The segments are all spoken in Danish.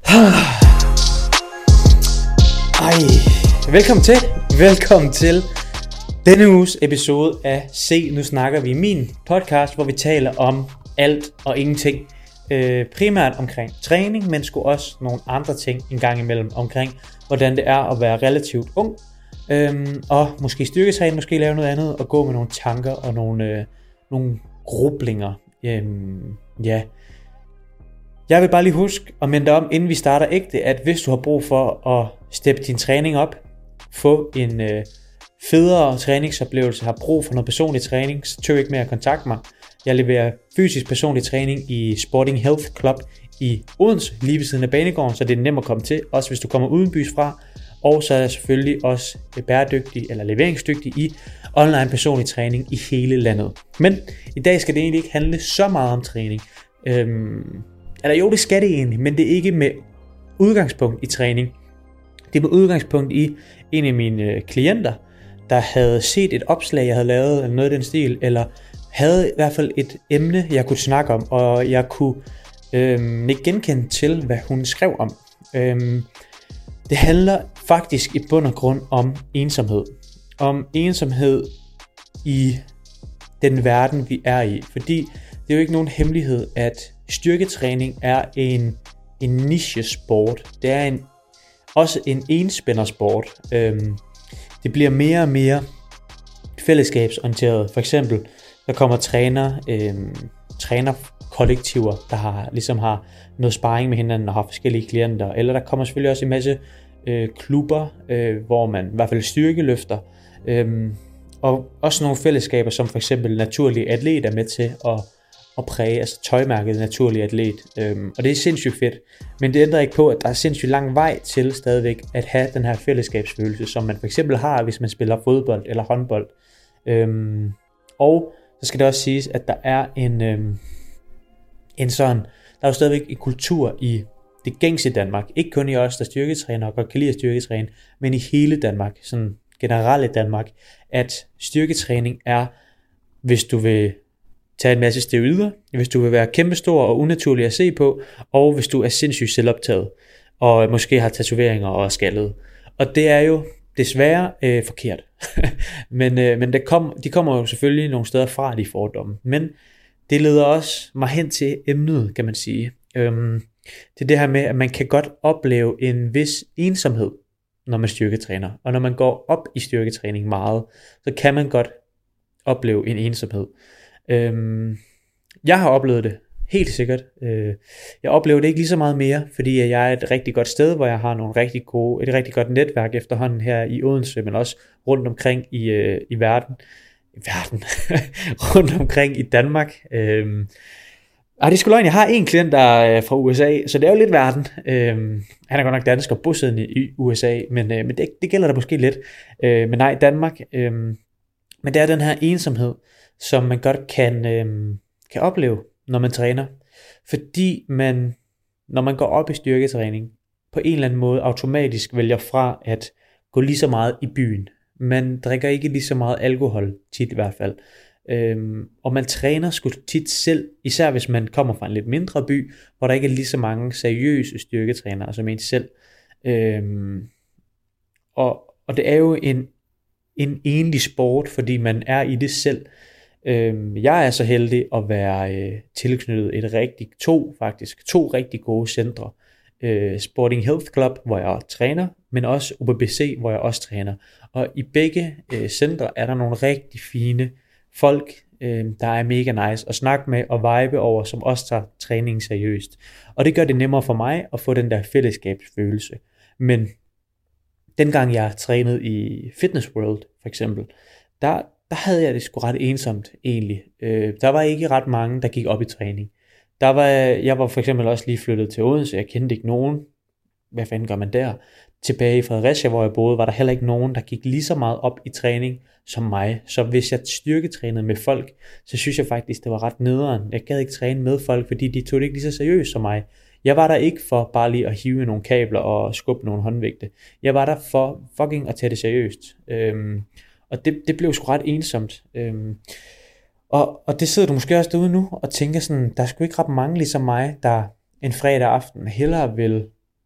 Velkommen til denne uges episode af Se, nu snakker vi, min podcast, hvor vi taler om alt og ingenting. Primært omkring træning, men sgu også nogle andre ting en gang imellem omkring, hvordan det er at være relativt ung, og måske styrketræne, måske lave noget andet, og gå med nogle tanker og nogle grublinger. Jeg vil bare lige huske at minde dig om, inden vi starter ægte, at hvis du har brug for at steppe din træning op, få en federe træningsoplevelse, har brug for noget personlig træning, så tøv ikke med at kontakte mig. Jeg leverer fysisk personlig træning i Sporting Health Club i Odense, lige ved siden af banegården, så det er nemt at komme til, også hvis du kommer uden bys fra. Og så er jeg selvfølgelig også bæredygtig eller leveringsdygtig i online personlig træning i hele landet. Men i dag skal det egentlig ikke handle så meget om træning. Eller jo, det skal det egentlig, men det er ikke med udgangspunkt i træning. Det er med udgangspunkt i en af mine klienter, der havde set et opslag, jeg havde lavet, eller noget i den stil, eller havde i hvert fald et emne, jeg kunne snakke om, og jeg kunne ikke genkende til, hvad hun skrev om. Det handler faktisk i bund og grund om ensomhed. Om ensomhed i den verden, vi er i. Fordi det er jo ikke nogen hemmelighed, at styrketræning er en niche-sport. Det er også en enspændersport. Det bliver mere og mere fællesskabsorienteret. For eksempel, der kommer trænerkollektiver, der har noget sparring med hinanden og har forskellige klienter. Eller der kommer selvfølgelig også en masse klubber, hvor man i hvert fald styrkeløfter. Og også nogle fællesskaber, som for eksempel Naturlig Atlet er med til at præge, altså tøjmærket Naturlig Atlet. Og det er sindssygt fedt. Men det ændrer ikke på, at der er sindssygt lang vej til stadigvæk at have den her fællesskabsfølelse, som man for eksempel har, hvis man spiller fodbold eller håndbold. Og så skal det også siges, at der er der er jo stadigvæk en kultur i det gængse Danmark. Ikke kun i os, der styrketræner og godt kan lide at styrketræne, men i hele Danmark, sådan generelt i Danmark, at styrketræning er, hvis du vil tage en masse steroider, hvis du vil være kæmpestor og unaturlig at se på, og hvis du er sindssygt selvoptaget, og måske har tatoveringer og er skaldet. Og det er jo desværre forkert. men de kommer jo selvfølgelig nogle steder fra, de fordomme. Men det leder også mig hen til emnet, kan man sige. Det er det her med, at man kan godt opleve en vis ensomhed, når man styrketræner. Og når man går op i styrketræning meget, så kan man godt opleve en ensomhed. Jeg har oplevet det, helt sikkert. Jeg oplever det ikke lige så meget mere, fordi jeg er et rigtig godt sted, hvor jeg har et rigtig godt netværk efterhånden her i Odense, men også rundt omkring i verden. Rundt omkring i Danmark. Det er sgu løgn, jeg har en klient, der er fra USA, så det er jo lidt verden. Han er godt nok dansk og bosiddende i USA, men det gælder da måske lidt. Men nej, Danmark. Men det er den her ensomhed, som man godt kan opleve, når man træner. Fordi man, når man går op i styrketræning, på en eller anden måde automatisk vælger fra at gå lige så meget i byen. Man drikker ikke lige så meget alkohol, tit i hvert fald. Og man træner sgu tit selv, især hvis man kommer fra en lidt mindre by, hvor der ikke er lige så mange seriøse styrketrænere som en selv. Og det er jo en enlig sport, fordi man er i det selv. Jeg er så heldig at være tilknyttet to rigtig gode centre. Sporting Health Club, hvor jeg træner, men også OBBC, hvor jeg også træner. Og i begge centre er der nogle rigtig fine folk, der er mega nice at snakke med og vibe over, som også tager træningen seriøst. Og det gør det nemmere for mig at få den der fællesskabsfølelse. Men dengang jeg trænede i Fitness World for eksempel, der havde jeg det sgu ret ensomt egentlig. Der var ikke ret mange, der gik op i træning. Jeg var for eksempel også lige flyttet til Odense, jeg kendte ikke nogen. Hvad fanden gør man der? Tilbage i Fredericia, hvor jeg boede, var der heller ikke nogen, der gik lige så meget op i træning som mig. Så hvis jeg styrketrænede med folk, så synes jeg faktisk, det var ret nederen. Jeg gad ikke træne med folk, fordi de tog det ikke lige så seriøst som mig. Jeg var der ikke for bare lige at hive nogle kabler og skubbe nogle håndvægte. Jeg var der for fucking at tage det seriøst. Og det blev sgu ret ensomt. Og det sidder du måske også derude nu og tænker sådan, der er sgu ikke ret mange ligesom mig, der en fredag aften hellere vil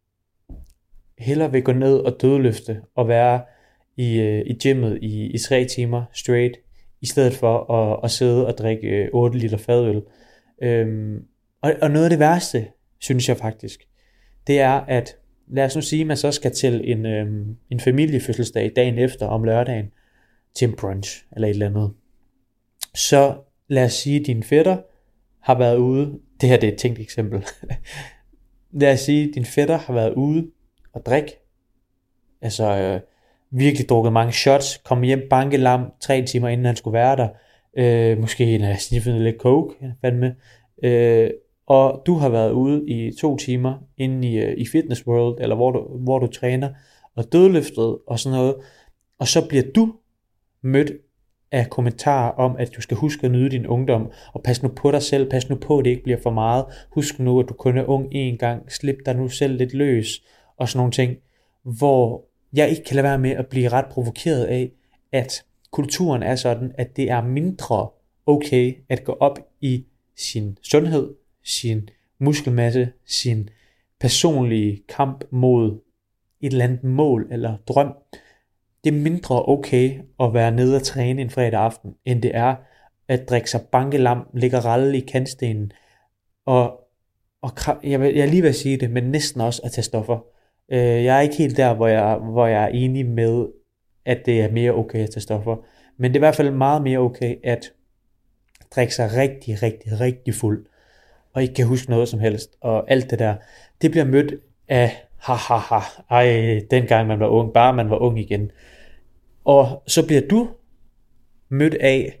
hellere vil gå ned og dødløfte og være i gymmet i 3 timer straight, i stedet for at sidde og drikke 8 liter fadøl. Og noget af det værste, synes jeg faktisk, det er, at lad os nu sige, at man så skal til en familiefødselsdag dagen efter om lørdagen, til en brunch eller et eller andet. Så lad os sige, at din fætter har været ude, det her det er et tænkt eksempel, lad os sige, at din fætter har været ude og drikke, altså virkelig drukket mange shots, kom hjem bankelam 3 timer inden han skulle være der, måske en af sniffet lidt coke, fandme, og du har været ude i 2 timer inde i Fitness World, eller hvor du træner, og dødløftet og sådan noget, og så bliver du mødt af kommentarer om, at du skal huske at nyde din ungdom, og pas nu på dig selv, pas nu på, at det ikke bliver for meget, husk nu, at du kun er ung en gang, slip dig nu selv lidt løs, og sådan nogle ting, hvor jeg ikke kan lade være med at blive ret provokeret af, at kulturen er sådan, at det er mindre okay at gå op i sin sundhed, sin muskelmasse, sin personlige kamp mod et eller andet mål eller drøm. Det er mindre okay at være nede og træne en fredag aften, end det er at drikke sig bankelam, ligge og ralle i kantstenen, og jeg lige vil sige det, men næsten også at tage stoffer. Jeg er ikke helt der, hvor jeg er enig med, at det er mere okay at tage stoffer, men det er i hvert fald meget mere okay at drikke sig rigtig, rigtig, rigtig fuld, og ikke kan huske noget som helst, og alt det der, det bliver mødt af, dengang man var ung, bare man var ung igen. Og så bliver du mødt af,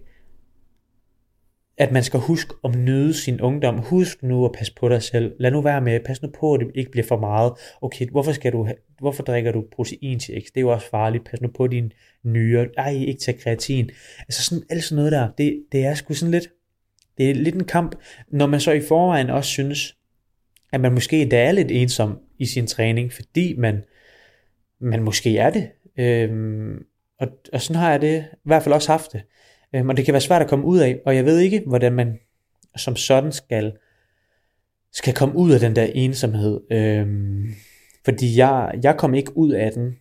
at man skal huske at nyde sin ungdom. Husk nu at passe på dig selv. Lad nu være med. Pas nu på, at det ikke bliver for meget. Okay, hvorfor drikker du proteinshakes? Det er jo også farligt. Pas nu på dine nyrer. Ikke tage kreatin. Altså sådan, alt sådan noget der. Det er sgu sådan lidt. Det er lidt en kamp, når man så i forvejen også synes, at man måske endda er lidt ensom i sin træning, fordi man måske er det. Og sådan har jeg det i hvert fald også haft det. Og det kan være svært at komme ud af, og jeg ved ikke, hvordan man som sådan skal komme ud af den der ensomhed. Fordi jeg kom ikke ud af den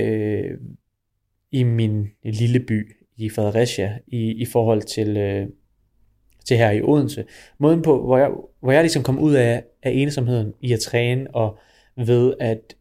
i min lille by i Fredericia i forhold til her i Odense. Måden på, hvor jeg ligesom kom ud af ensomheden i at træne, og ved at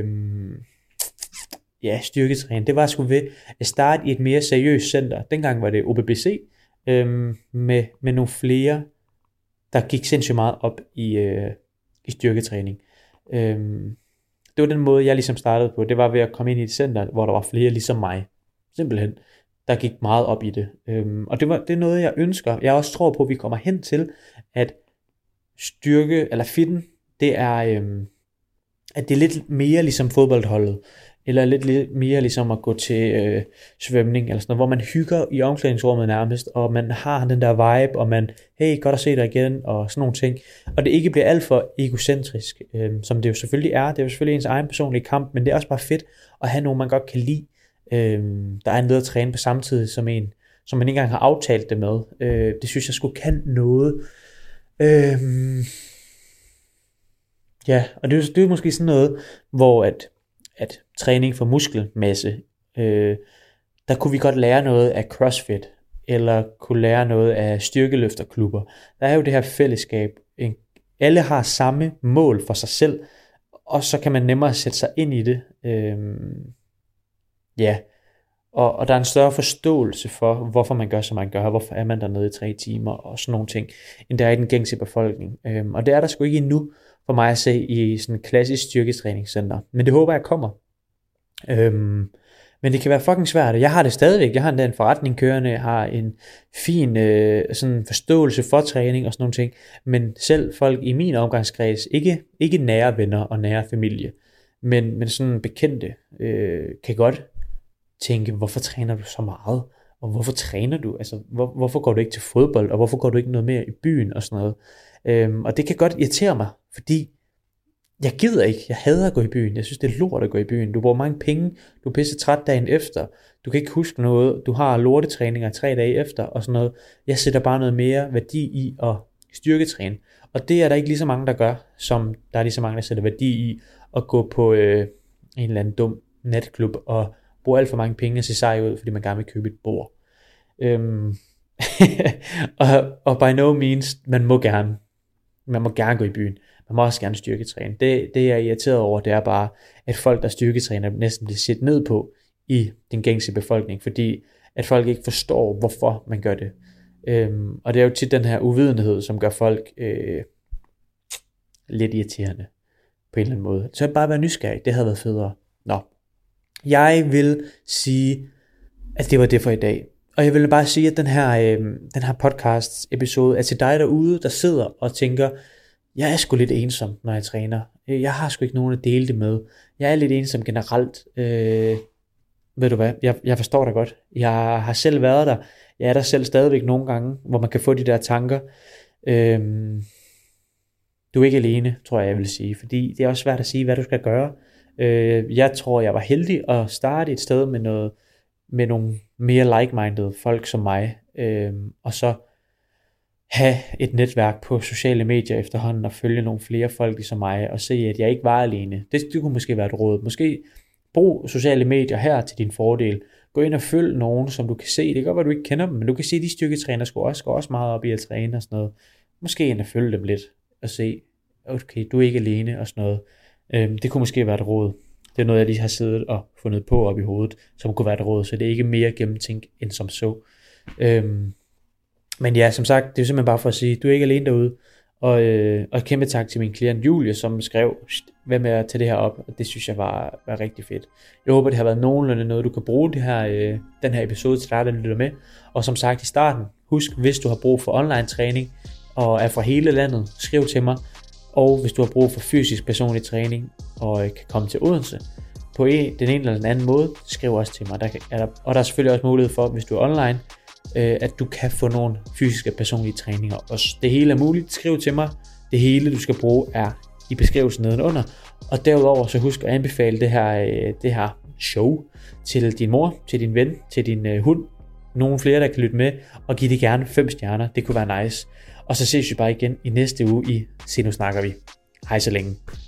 styrketræne, det var sgu ved at starte i et mere seriøst center. Dengang var det OBBC, med nogle flere, der gik sindssygt meget op i styrketræning. Det var den måde, jeg ligesom startede på. Det var ved at komme ind i et center, hvor der var flere ligesom mig. Simpelthen. Der gik meget op i det. Og det er noget, jeg ønsker. Jeg også tror på, at vi kommer hen til, at styrke, eller fitten, det er, at det er lidt mere ligesom fodboldholdet, eller lidt mere ligesom at gå til svømning, eller sådan noget, hvor man hygger i omklædningsrummet nærmest, og man har den der vibe, og man, hey, godt at se dig igen, og sådan nogle ting, og det ikke bliver alt for egocentrisk, som det jo selvfølgelig er. Det er jo selvfølgelig ens egen personlige kamp, men det er også bare fedt at have nogen, man godt kan lide, der er en led at træne på samtidig som en, som man ikke engang har aftalt det med. Det synes jeg sgu kan noget. Ja, og det er måske sådan noget, hvor at træning for muskelmasse, der kunne vi godt lære noget af CrossFit, eller kunne lære noget af styrkeløfterklubber. Der er jo det her fællesskab. Alle har samme mål for sig selv, og så kan man nemmere sætte sig ind i det. Og der er en større forståelse for, hvorfor man gør, som man gør, hvorfor er man dernede i 3 timer, og sådan nogle ting, end der er i den gængse befolkning. Og det er der sgu ikke endnu for mig at se i sådan et klassisk styrketræningscenter. Men det håber jeg kommer. Men det kan være fucking svært. Jeg har det stadigvæk. Jeg har en forretning kørende, jeg har en fin sådan forståelse for træning og sådan nogle ting. Men selv folk i min omgangskreds, ikke nære venner og nære familie, men sådan bekendte, kan godt tænke, hvorfor træner du så meget? Og hvorfor træner du? Altså, hvorfor går du ikke til fodbold? Og hvorfor går du ikke noget mere i byen og sådan noget? Og det kan godt irritere mig, fordi jeg gider ikke. Jeg hader at gå i byen. Jeg synes, det er lort at gå i byen. Du bruger mange penge. Du er pisse træt dagen efter. Du kan ikke huske noget. Du har lortetræninger 3 dage efter og sådan noget. Jeg sætter bare noget mere værdi i at styrketræne. Og det er der ikke lige så mange, der gør, som der er lige så mange, der sætter værdi i at gå på en eller anden dum natklub og bruger alt for mange penge og ser sej ud, fordi man gerne vil købe et bord. og by no means, man må gerne gå i byen. Man må også gerne styrketræne. Det jeg er irriteret over, det er bare, at folk, der styrketræner, næsten bliver set ned på i den gængse befolkning, fordi at folk ikke forstår, hvorfor man gør det. Og det er jo tit den her uvidenhed, som gør folk lidt irriterende på en eller anden måde. Så bare være nysgerrig, det havde været federe. Nå, jeg vil sige, at det var det for i dag. Og jeg vil bare sige, at den her podcast episode er til dig derude, der sidder og tænker, jeg er sgu lidt ensom, når jeg træner. Jeg har sgu ikke nogen at dele det med. Jeg er lidt ensom generelt. Ved du hvad, jeg forstår dig godt. Jeg har selv været der. Jeg er der selv stadigvæk nogle gange, hvor man kan få de der tanker. Du er ikke alene, tror jeg vil sige. Fordi det er også svært at sige, hvad du skal gøre. Jeg tror, jeg var heldig at starte et sted med nogle mere like-minded folk som mig. Og så have et netværk på sociale medier efterhånden og følge nogle flere folk ligesom mig og se, at jeg ikke var alene. Det kunne måske være et råd. Måske brug sociale medier her til din fordel. Gå ind og følg nogen, som du kan se. Det kan godt være, du ikke kender dem, men du kan se, at de styrketræner går også meget op i at træne og sådan noget. Måske ind og følge dem lidt og se, okay, du er ikke alene og sådan noget. Det kunne måske være et råd. Det er noget, jeg lige har siddet og fundet på op i hovedet, som kunne være et råd, så det er ikke mere gennemtænkt end som så. Men ja, som sagt, det er simpelthen bare for at sige, du er ikke alene derude. Og kæmpe tak til min klient Julie, som skrev, hvad med at tage det her op, og det synes jeg var rigtig fedt. Jeg håber, det har været nogenlunde noget, du kan bruge den her episode til dig, der lytter med. Og som sagt i starten, husk, hvis du har brug for online træning, og er fra hele landet, skriv til mig. Og hvis du har brug for fysisk personlig træning, og kan komme til Odense på den ene eller den anden måde, skriv også til mig. Og der er selvfølgelig også mulighed for, hvis du er online, at du kan få nogle fysiske personlige træninger også. Det hele er muligt, skriv til mig. Det hele du skal bruge er i beskrivelsen nedenunder. Og derudover så husk at anbefale det her show til din mor, til din ven, til din hund, nogle flere der kan lytte med, og giv det gerne 5 stjerner, det kunne være nice. Og så ses vi bare igen i næste uge i Se Nu Snakker Vi. Hej så længe.